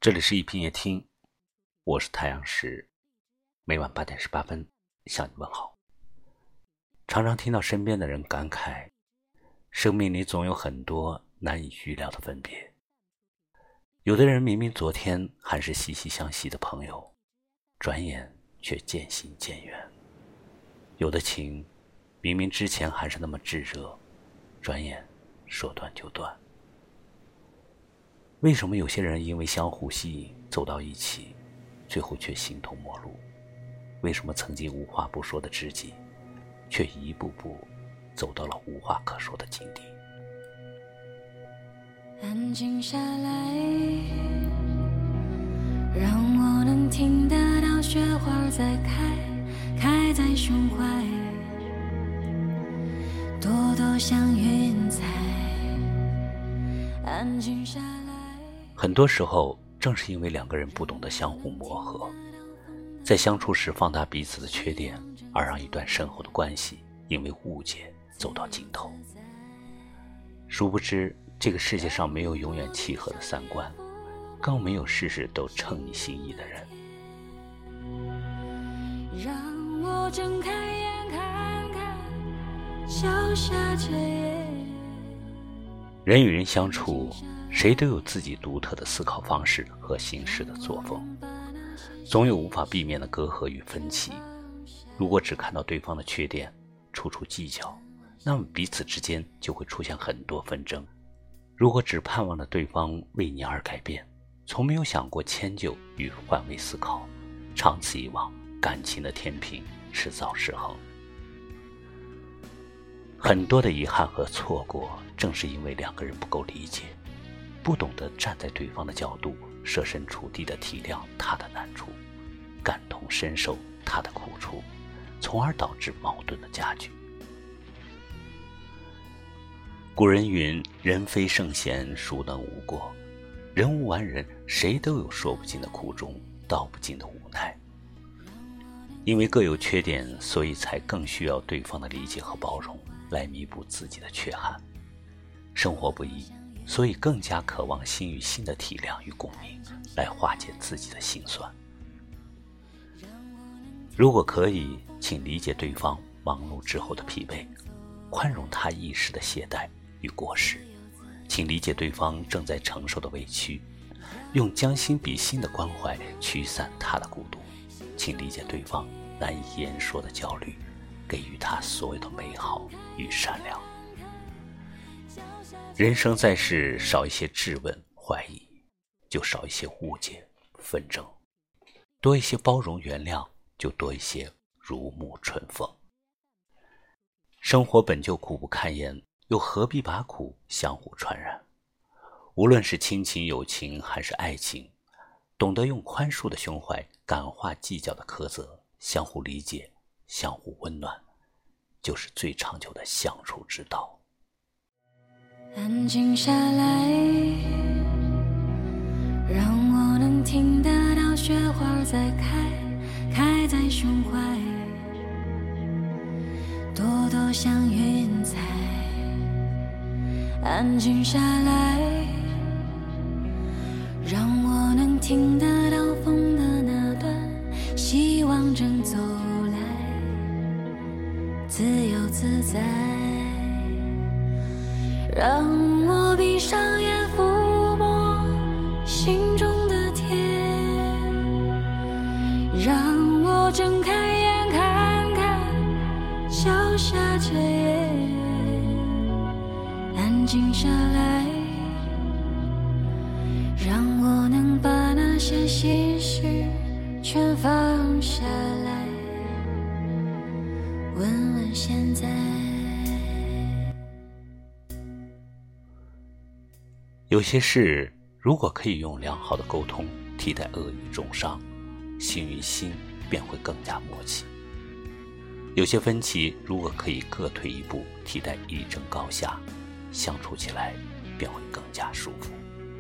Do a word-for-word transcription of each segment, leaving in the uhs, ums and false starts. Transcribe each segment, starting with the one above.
这里是一品夜听，我是太阳石，每晚八点十八分向你问好。常常听到身边的人感慨，生命里总有很多难以预料的分别。有的人明明昨天还是息息相惜的朋友，转眼却渐行渐远。有的情明明之前还是那么炙热，转眼说断就断。为什么有些人因为相互吸引走到一起，最后却形同陌路？为什么曾经无话不说的知己，却一步步走到了无话可说的境地？ 安静下来，让我能听得到雪花在开，开在胸怀，朵朵像云彩。安静下来， 很多时候正是因为两个人不懂得相互磨合，在相处时放大彼此的缺点，而让一段深厚的关系因为误解走到尽头。殊不知这个世界上没有永远契合的三观，更没有事事都称你心意的人。 让我睁开眼看看小夏这夜。 人与人相处，谁都有自己独特的思考方式和行事的作风，总有无法避免的隔阂与分歧。如果只看到对方的缺点，处处计较，那么彼此之间就会出现很多纷争。如果只盼望着对方为你而改变，从没有想过迁就与换位思考，长此以往，感情的天平迟早失衡。很多的遗憾和错过，正是因为两个人不够理解，不懂得站在对方的角度，设身处地地体谅他的难处，感同身受他的苦处，从而导致矛盾的加剧。古人云，人非圣贤，孰能无过？人无完人，谁都有说不尽的苦衷，道不尽的无奈。因为各有缺点，所以才更需要对方的理解和包容，来弥补自己的缺憾。生活不易，所以更加渴望心与心的体谅与共鸣，来化解自己的心酸。如果可以，请理解对方忙碌之后的疲惫，宽容他一时的懈怠与过失，请理解对方正在承受的委屈，用将心比心的关怀驱散他的孤独，请理解对方难以言说的焦虑，给予他所有的美好与善良。人生在世，少一些质问怀疑，就少一些误解纷争；多一些包容原谅，就多一些如沐春风。生活本就苦不堪言，又何必把苦相互传染？无论是亲情友情还是爱情，懂得用宽恕的胸怀感化计较的苛责，相互理解，相互温暖，就是最长久的相处之道。 安静下来，让我能听得到雪花在开，开在胸怀，朵朵像云彩。安静下来，让我能听得到风的那段，希望正走来，自由自在。让我闭上眼，抚摸心中的天，让我睁开眼看看小夏这夜。安静下来，让我能把那些心事全放下来，问问现在。 有些事如果可以用良好的沟通替代恶语重伤，心与心便会更加默契。有些分歧如果可以各退一步替代一争高下，相处起来便会更加舒服。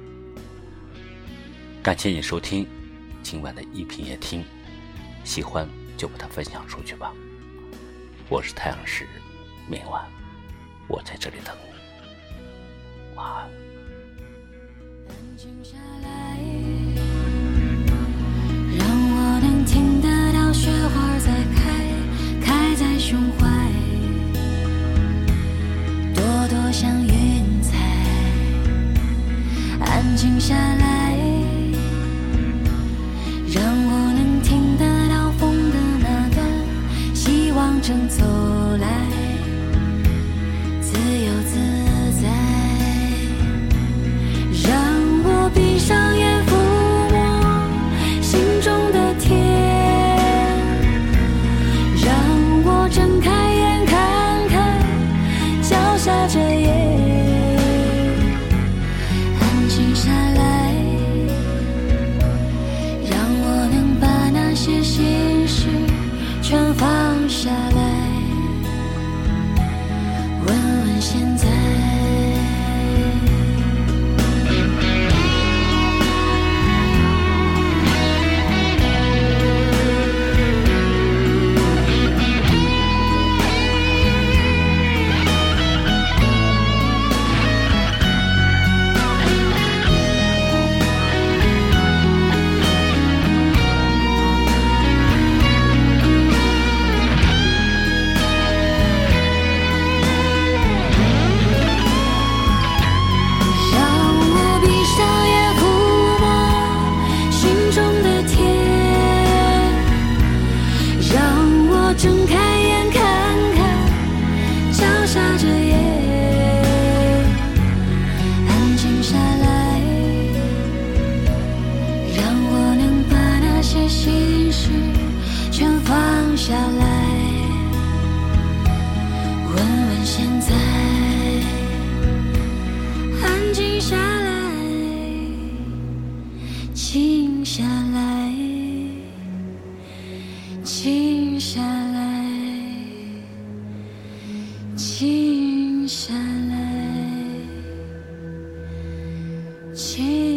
感谢你收听今晚的一品夜听，喜欢就把它分享出去吧。我是太阳石，明晚我在这里等你，晚安。 安静下来， 下来，让我能听得到风的那端，希望正走来，自由自在。让我闭上眼抚摸心中的天，让我睁开眼看看脚下这夜，安静下来，让我能把那些心事全放下来，问问现在。睁开眼看看脚下这夜，安静下来，让我能把那些心事全放下来，问问现在。安静下来，静下来，静下来，静下来，静。